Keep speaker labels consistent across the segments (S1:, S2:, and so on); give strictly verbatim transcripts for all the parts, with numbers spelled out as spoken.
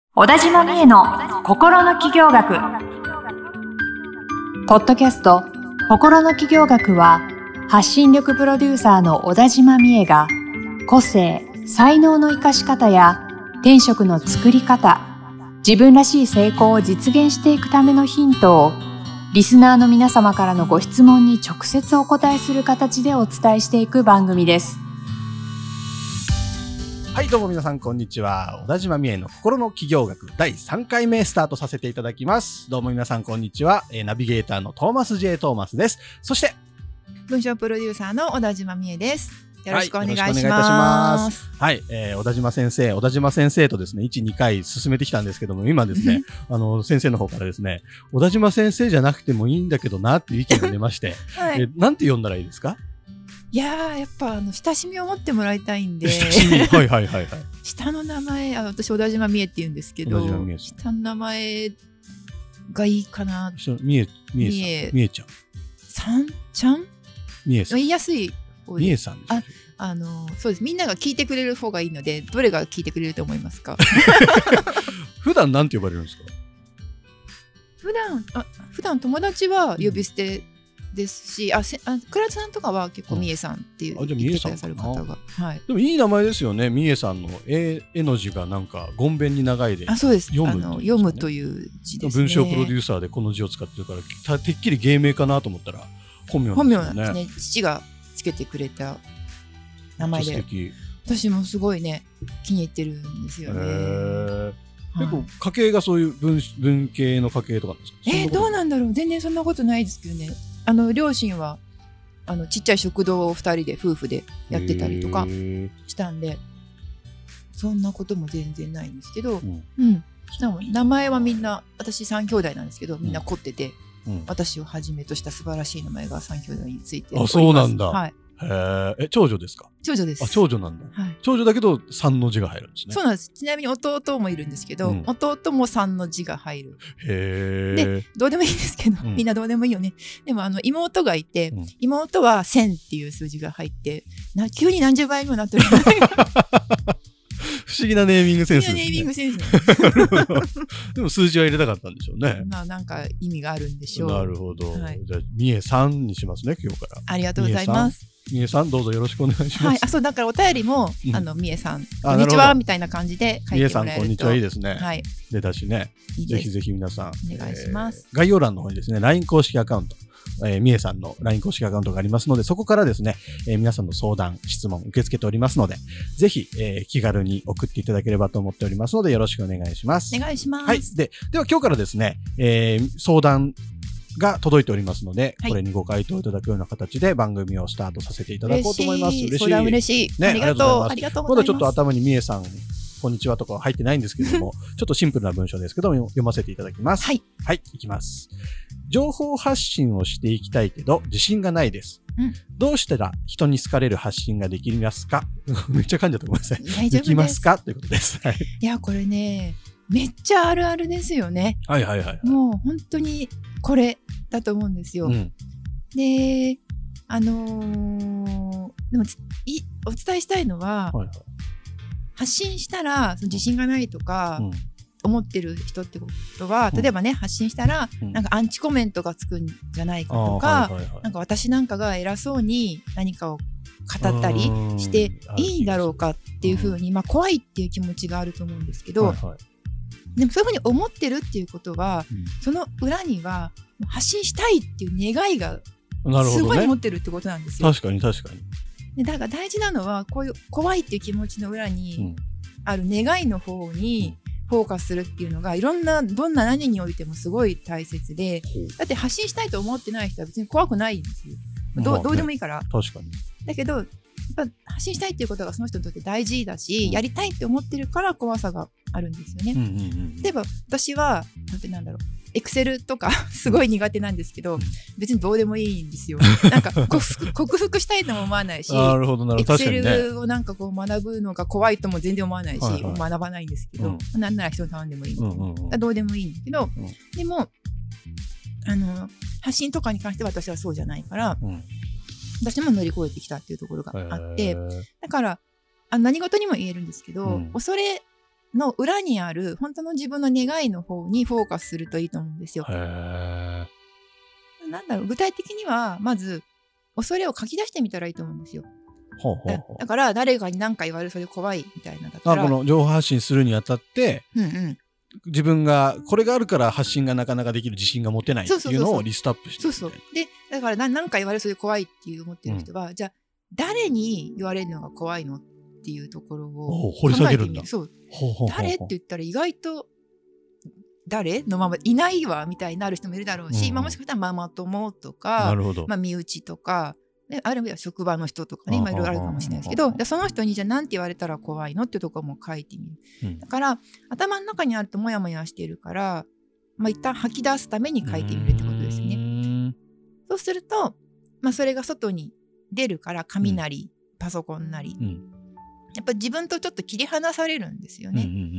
S1: 小田島美恵の心の起業学。ポッドキャスト心の起業学は、発信力プロデューサーの小田島美恵が個性、才能の生かし方や転職の作り方、自分らしい成功を実現していくためのヒントをリスナーの皆様からのご質問に直接お答えする形でお伝えしていく番組です。
S2: はい、どうも皆さんこんにちは。小田島美恵の心の起業学だいさんかいめスタートさせていただきます。どうも皆さんこんにちは。ナビゲーターのトーマス J トーマスです。そして
S3: 文章プロデューサーの小田島美恵です。よろしくお願いします。
S2: はい、よろしくお願いいたします。はい、えー、小田島先生、小田島先生とですね、いち、にかい進めてきたんですけども、今ですね、あの先生の方からですね、小田島先生じゃなくてもいいんだけどなっていう意見が出まして、はい、えなんて呼んだらいいですか？
S3: いやー、やっぱあの親しみを持ってもらいたいんで、
S2: 親しみ、はいはいはいはい。
S3: 下の名前、あの私小田島美恵って言うんですけど、下の名前がいいかな。
S2: 美恵、美恵さん、美恵ちゃん、
S3: さんちゃん、
S2: 美恵さん、
S3: 言いやすい。
S2: 美恵さんです。
S3: あ、あのそうです。みんなが聞いてくれる方がいいので、どれが聞いてくれると思いますか？
S2: 普段なんて呼ばれるんですか？
S3: 普段、あ、普段友達は呼び捨てですし、あ、せあ倉田さんとかは結構美恵さんっていう、うん、言ってくださる方が、はい、
S2: でもいい名前ですよね。美恵さんの絵の字がなんかごんべんに長いで、
S3: あ、そうです。
S2: 読む、
S3: あの読むという字ですね。
S2: 文章プロデューサーでこの字を使ってるから、てっきり芸名かなと思ったら本名なんですね。
S3: 本名なんですね。父がつけてくれた名前で、私もすごいね気に入ってるんですよね。
S2: へ結構家系がそういう 文, 文系の家系とかですか？
S3: えー、どうなんだろう。全然そんなことないですけどね。あの両親はあのちっちゃい食堂をふたりで夫婦でやってたりとかしたんで、そんなことも全然ないんですけど、うん、うん、でも名前はみんな、私さん兄弟なんですけど、みんな凝ってて、うん、私をはじめとした素晴らしい名前がさん兄弟についております。
S2: あ、そうなんだ。
S3: はい。
S2: へえ、長女ですか？
S3: 長女です。
S2: あ、長女なんだ、はい、長女だけどさんの字が入るんですね。
S3: そうなんです。ちなみに弟もいるんですけど、うん、弟もさんの字が入る。
S2: へ
S3: え。で、どうでもいいんですけど、うん、みんなどうでもいいよね。でもあの妹がいて、うん、妹はせんっていう数字が入ってな、急に何十倍にもなってる。
S2: 不思議なネーミングセンスですね。
S3: ネーミングセンス
S2: でも数字は入れたかったんでしょうね。
S3: まあなんか意味があるんでしょう。
S2: なるほど。はい、じゃあ美恵さんにしますね、今日から。
S3: ありがとうございます。
S2: 美恵さん、どうぞよろしくお願いします。
S3: はい、あ、そう、だからお便りも、うん、あの美恵さんこんにちはみたいな感じで書いてもらえると。美恵さんこんにちはい
S2: いですね。はい。出たしね。いいぜひぜひ皆さん
S3: お願いします。
S2: えー、概要欄の方にですね、ライン 公式アカウント。えー、美恵さんの ライン 公式アカウントがありますので、そこからですね、えー、皆さんの相談、質問受け付けておりますので、ぜひ、えー、気軽に送っていただければと思っておりますので、よろしくお願いします。
S3: お願いします。
S2: はい。で、では今日からですね、えー、相談が届いておりますので、はい、これにご回答いただくような形で番組をスタートさせていただこうと思います。
S3: 嬉しい。相談嬉しい。ね、ありがとう。ありがとうございます。
S2: まだちょっと頭に美恵さん、こんにちはとかは入ってないんですけども、ちょっとシンプルな文章ですけども、読ませていただきます。
S3: はい。
S2: はい、いきます。情報発信をしていきたいけど、自信がないです。うん、どうしたら人に好かれる発信ができますか？めっちゃ噛んじゃったごめんなさい。
S3: 大丈夫です。
S2: できますかということです。はい。
S3: いや、これね、めっちゃあるあるですよね。
S2: はいはいはい、はい。
S3: もう本当にこれだと思うんですよ。うん、で、あのー、でもいお伝えしたいのは、はいはい、発信したらその自信がないとか、うん、思ってる人ってことは、例えばね、うん、発信したら、うん、なんかアンチコメントがつくんじゃないかとか、はいはいはい、なんか私なんかが偉そうに何かを語ったりしていいんだろうかっていう風に、まあ、怖いっていう気持ちがあると思うんですけど、はいはい、でもそういう風に思ってるっていうことは、うん、その裏には発信したいっていう願いがすごい持ってるってことなんですよ。
S2: 確かに確かに。
S3: でだから大事なのはこういう怖いっていう気持ちの裏にある願いの方にフォーカスするっていうのが、いろんなどんな何においてもすごい大切で、だって発信したいと思ってない人は別に怖くないんですよ。どう、ね、どうでもいいから。
S2: 確かに。
S3: だけどやっぱ発信したいっていうことがその人にとって大事だし、うん、やりたいって思ってるから怖さがあるんですよね。うんうんうん、例えば私はなんてなんだろう、エクセルとかすごい苦手なんですけど、うん、別にどうでもいいんですよ。なんか克服、克服したいとも思わないし、
S2: なるほどなるほど、
S3: エクセルをなんかこう学ぶのが怖いとも全然思わないし、はいはい、学ばないんですけど、うん、なんなら人に頼んでもいい、うんうんうん、どうでもいいんだけど、うん、でもあの発信とかに関しては私はそうじゃないから、うん、私も乗り越えてきたっていうところがあって、だからあ何事にも言えるんですけど、うん、恐れの裏にある本当の自分の願いの方にフォーカスするといいと思うんですよ。
S2: へー。
S3: なんだろう、具体的にはまず恐れを書き出してみたらいいと思うんですよ。
S2: ほうほうほう。
S3: だ, だから誰かに何か言われるそれ怖いみたいなだったら、
S2: あ、この情報発信するにあたって、
S3: うんうん、
S2: 自分がこれがあるから発信がなかなかできる自信が持てないっていうのをリストアップしてる。
S3: そうそう。でだから何か言われるそれ怖いっていう思ってる人は、うん、じゃあ誰に言われるのが怖いのっていうところを
S2: 掘り下げるんだ。
S3: そう。
S2: ほうほうほうほう。
S3: 誰って言ったら意外と誰のままいないわみたいになる人もいるだろうし、うん、まあ、もしかしたらママ友とか、
S2: なるほど、
S3: まあ、身内とか、ね、あるいは職場の人とかね、今いろいろあるかもしれないですけど、その人にじゃあ何て言われたら怖いのっていうところも書いてみる、うん、だから頭の中にあるとモヤモヤしているから、まあ、一旦吐き出すために書いてみるってことですね。そうすると、まあ、それが外に出るから紙なり、うん、パソコンなり、うん、やっぱり自分とちょっと切り離されるんですよね、うんうんうん、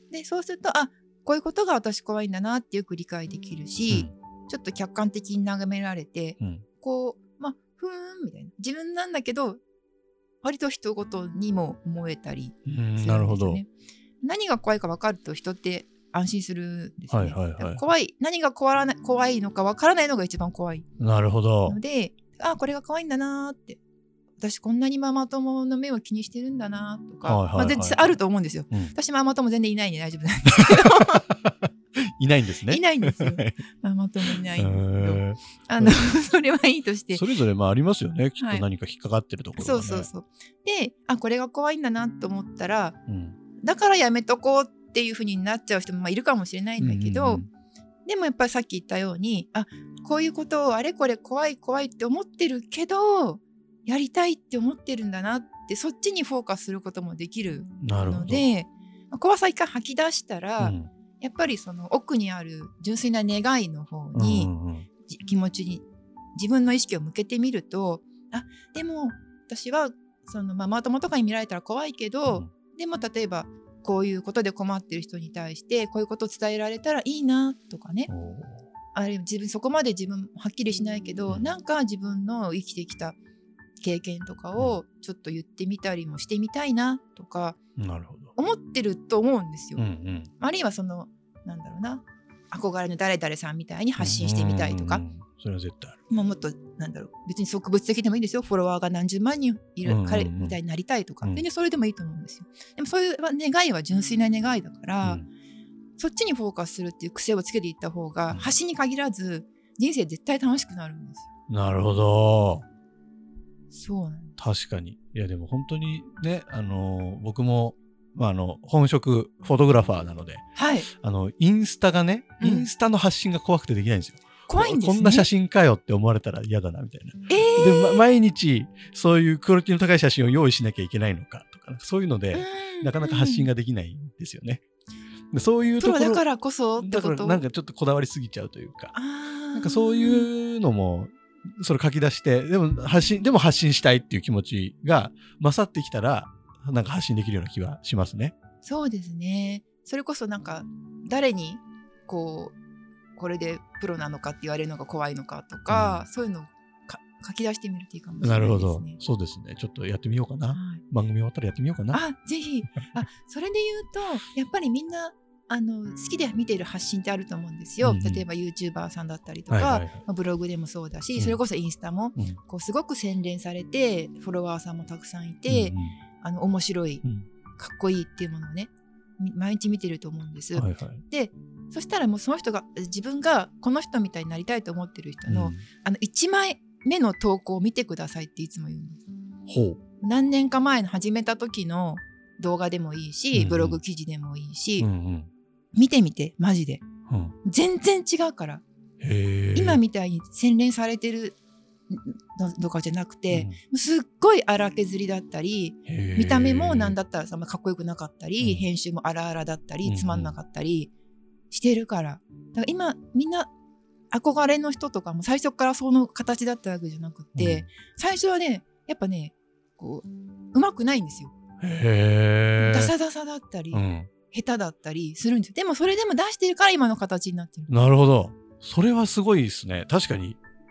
S3: でそうすると、あ、こういうことが私怖いんだなってよく理解できるし、うん、ちょっと客観的に眺められて、うん、こうまあふーんみたいな、自分なんだけど割と人事にも思えたりするんですよね。なるほど。何が怖いか分かると人って安心するんですよね、はいはいはい、怖い何が怖ら怖いのか分からないのが一番怖い。
S2: なるほど。
S3: ので、あ、これが怖いんだなって、私こんなにママ友の目を気にしてるんだなとか、はいはいはい、まあ、実際あると思うんですよ、うん、私ママ友全然いないんで大丈夫なんですけど
S2: いないんですね。
S3: いないんですよママ友いないんですけど、あのそれはいいとして、
S2: それぞれまあありますよね、きっと何か引っかかってるところがね、はい、そうそうそう。
S3: で、あ、これが怖いんだなと思ったら、うん、だからやめとこうっていう風になっちゃう人もまあいるかもしれないんだけど、うんうんうん、でもやっぱりさっき言ったように、あ、こういうことをあれこれ怖い怖いって思ってるけどやりたいって思ってるんだなって、そっちにフォーカスすることもできるので、怖さ一回吐き出したら、うん、やっぱりその奥にある純粋な願いの方に、うんうん、気持ちに自分の意識を向けてみると、あ、でも私はそのママ友とかに見られたら怖いけど、うん、でも例えばこういうことで困ってる人に対してこういうことを伝えられたらいいなとかね、あれ自分そこまで自分はっきりしないけど、うん、なんか自分の生きてきた経験とかをちょっと言ってみたりもしてみたいなとか思ってると思うんですよ、うんうん、あるいはそのなんだろうな、憧れの誰々さんみたいに発信してみたいとか、うんうんうん、
S2: それは絶対ある。
S3: まあ、もっとなんだろう、別に植物的でもいいですよ、フォロワーが何十万人いる彼みたいになりたいとか、全然それでもいいと思うんですよ。でもそういう願いは純粋な願いだから、うん、そっちにフォーカスするっていう癖をつけていった方が、うん、発信に限らず人生絶対楽しくなるんですよ。
S2: なるほど。
S3: そうなんです。
S2: 確かに。いやでも本当にね、あのー、僕も、まあ、あの本職フォトグラファーなので、
S3: はい、
S2: あのインスタがね、インスタの発信が怖くてできないんですよ。
S3: 怖いんですね。
S2: こんな写真かよって思われたら嫌だなみたいな、えー、で、ま、毎日そういうクオリティの高い写真を用意しなきゃいけないのかとか、そういうのでなかなか発信ができないんですよね。でそういうところ
S3: プロだからこそってこと、
S2: だからなんかちょっとこだわりすぎちゃうというか、なんかそういうのもそれ書き出して、でも発信でも発信したいっていう気持ちが勝ってきたら、なんか発信できるような気はしますね。
S3: そうですね。それこそなんか誰にこうこれでプロなのかって言われるのが怖いのかとか、うん、そういうのを書き出してみるといいかもしれないですね。なるほど。
S2: そうですね。ちょっとやってみようかな。はい、番組終わったらやってみようかな。
S3: あ、ぜひ。あ、それで言うとやっぱりみんなあの好きで見ている発信ってあると思うんですよ、うんうん、例えば YouTuber さんだったりとか、はいはいはい、まあ、ブログでもそうだし、うん、それこそインスタも、うん、こうすごく洗練されてフォロワーさんもたくさんいて、うんうん、あの面白い、うん、かっこいいっていうものをね毎日見てると思うんです、はいはい、でそしたらもうその人が自分がこの人みたいになりたいと思ってる人の、うん、あのいちまいめの投稿を見てくださいっていつも言うんです。
S2: ほう。
S3: 何年か前の始めた時の動画でもいいし、うんうん、ブログ記事でもいいし、うんうん、見てみてマジで、うん、全然違うから。
S2: へー。今
S3: みたいに洗練されてるのとかじゃなくて、うん、すっごい荒削りだったり、見た目もなんだったらさ、まあ、かっこよくなかったり、うん、編集も荒々だったり、うん、つまんなかったりしてるから、だから今みんな憧れの人とかも最初からその形だったわけじゃなくて、うん、最初はねやっぱねこううまくないんですよ。
S2: へー。
S3: ダサダサだったり、うん、下手だったりするんですよ。でもそれでも出してるから今の形になってる。
S2: なるほど。それはすごいですね。確かに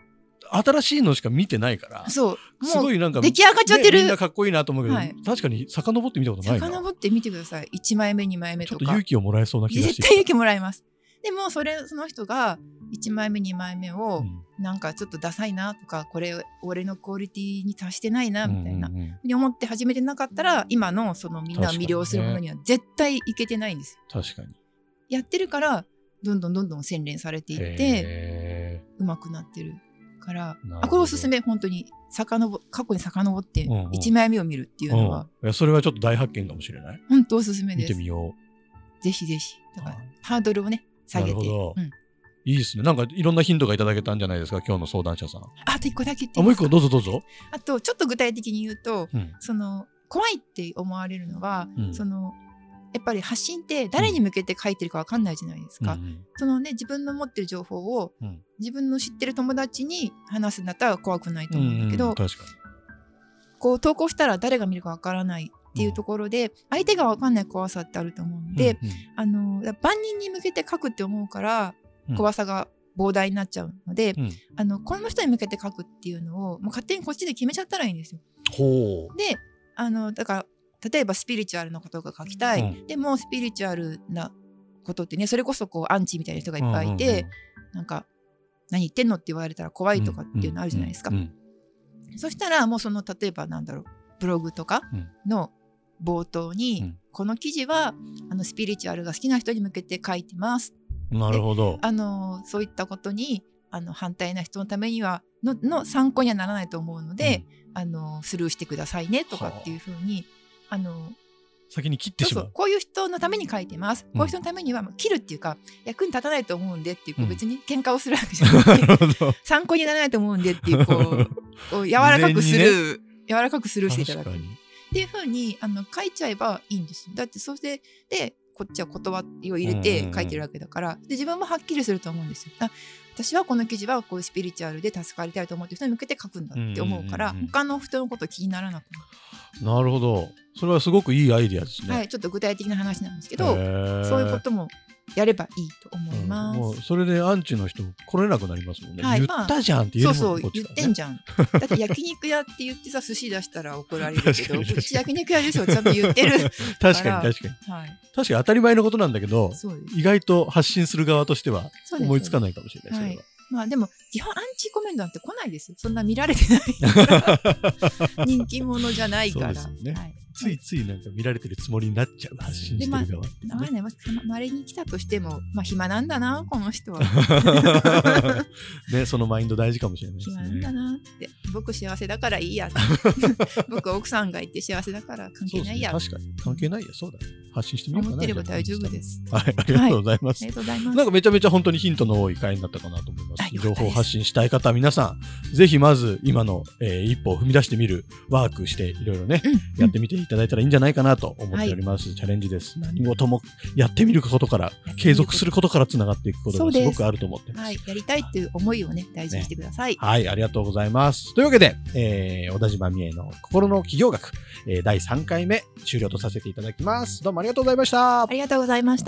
S2: 新しいのしか見てないから、
S3: そう
S2: すごいなんか
S3: 出来上がっちゃってる、
S2: ね、みんなかっこいいなと思うけど、はい、確かに遡って見たことないな。
S3: 遡って見てください。いちまいめにまいめとか
S2: ちょっと勇気をもらえそうな気がして、
S3: 絶対勇気もらえます。でもそれその人がいちまいめにまいめを、うん、なんかちょっとダサいなとか、これ俺のクオリティに達してないなみたいな、うんうんうん、に思って始めてなかったら、今のそのみんなを魅了するものには絶対いけてないんですよ。
S2: 確かに。
S3: やってるからどんどんどんどん洗練されていってうまくなってるから、あ、これおすすめ。本当に遡過去に遡っていちまいめを見るっていうのは、うんうん、
S2: いやそれはちょっと大発見かもしれない。
S3: 本当おすすめです。
S2: 見てみよう。
S3: ぜひぜひ。だからハードルをね下げて。なるほど、うん、
S2: いいですね。なんかいろんなヒントがいただけたんじゃないですか、今日の相談者さん。
S3: あと一個だけ言って
S2: いいですか。あ、もう一個どうぞどうぞ。
S3: あとちょっと具体的に言うと、うん、その怖いって思われるのは、うん、そのやっぱり発信って誰に向けて書いてるか分かんないじゃないですか、うんうん、そのね、自分の持ってる情報を、うん、自分の知ってる友達に話すんだったら怖くないと思うんだけど、うんうん、
S2: 確かに
S3: こう投稿したら誰が見るか分からないっていうところで、うん、相手が分かんない怖さってあると思うので、うんうん、あの万人に向けて書くって思うから怖さが膨大になっちゃうので、うん、あのこの人に向けて書くっていうのをもう勝手にこっちで決めちゃったらいいんですよ。
S2: ほう。
S3: で、あのだから例えばスピリチュアルなことが書きたい、うん、でもスピリチュアルなことってね、それこそこうアンチみたいな人がいっぱいいて、うんうんうん、なんか何言ってんのって言われたら怖いとかっていうのあるじゃないですか、うんうんうん、そしたらもうその例えばなんだろう、ブログとかの冒頭に、うん、この記事はあのスピリチュアルが好きな人に向けて書いてます。
S2: なるほど。
S3: あのそういったことにあの反対な人のためには の, の参考にはならないと思うので、うん、あのスルーしてくださいねとかっていうふうに、あの
S2: 先に切ってしまう。
S3: そうそう、こういう人のために書いてます、うん、こういう人のためには切るっていうか役に立たないと思うんでっていう、こう別に喧嘩をするわけじゃなくて、うん、参考にならないと思うんでっていうこうこう柔らかくする、ね、柔らかくスルーしていただくっていうふうにあの書いちゃえばいいんですよ。だってそしてでこっちは断りを入れて書いてるわけだから、で自分もはっきりすると思うんですよ。あ、私はこの記事はこういうスピリチュアルで助かりたいと思ってる人に向けて書くんだって思うから、うんうんうんうん、他の人のこと気にならなくなる。
S2: なるほど。それはすごくいいアイディアですね。
S3: はい、ちょっと具体的な話なんですけど、そういうこともやればいいと思います、うん、もう
S2: それでアンチの人来れなくなりますもんね、はい、言ったじゃんって言えるもんね。
S3: そうそう、言ってんじゃん。だって焼肉屋って言ってさ寿司出したら怒られるけど、うち焼肉屋ですよちゃんと言ってる
S2: 確かに確かに、はい、確かに当たり前のことなんだけど、意外と発信する側としては思いつかないかもしれない。それは
S3: まあでも基本アンチコメントなんて来ないですよ。そんな見られてないから人気者じゃないから。そうですよね、はい、
S2: ついついなんか見られてるつもりになっちゃう、発信してる側、ね。
S3: まあ、まあね、まれに来たとしても、まあ暇なんだなこの人は。
S2: ね、そのマインド大事かもしれないですね。
S3: 暇なんだなって、僕幸せだからいいや。僕は奥さんがいて幸せだから関係ないや。
S2: ね、確かに関係ないや、そうだ。発信してみようかな。
S3: 思ってれば大丈夫です。
S2: はい、ありがとうございます。
S3: はい、ありがとうございます。
S2: なんかめちゃめちゃ本当にヒントの多い回になったかなと思います。情報発信したい方は皆さんぜひまず今の、えー、一歩を踏み出してみるワークしていろいろね、うん、やってみていただいたらいいんじゃないかなと思っております、はい、チャレンジです。何事もやってみることから継続することからつながっていくことがすごくあると思ってます。
S3: はい、やりたいっていう思いをね大事にしてください、ね、
S2: はい、ありがとうございます。というわけで、えー、小田島美恵の心の起業学、えー、だいさんかいめ終了とさせていただきます。どうもありがとうございました。
S3: ありがとうございました。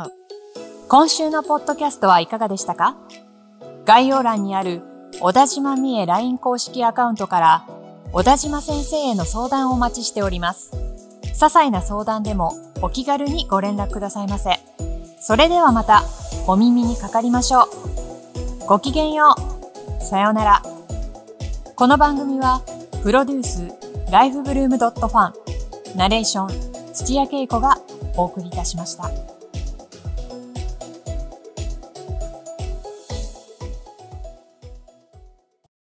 S1: 今週のポッドキャストはいかがでしたか？概要欄にある小田島美恵 ライン 公式アカウントから小田島先生への相談をお待ちしております。些細な相談でもお気軽にご連絡くださいませ。それではまたお耳にかかりましょう。ごきげんよう。さようなら。この番組はプロデュースライフブルームドットファン、ナレーション土屋恵子がお送りいたしました。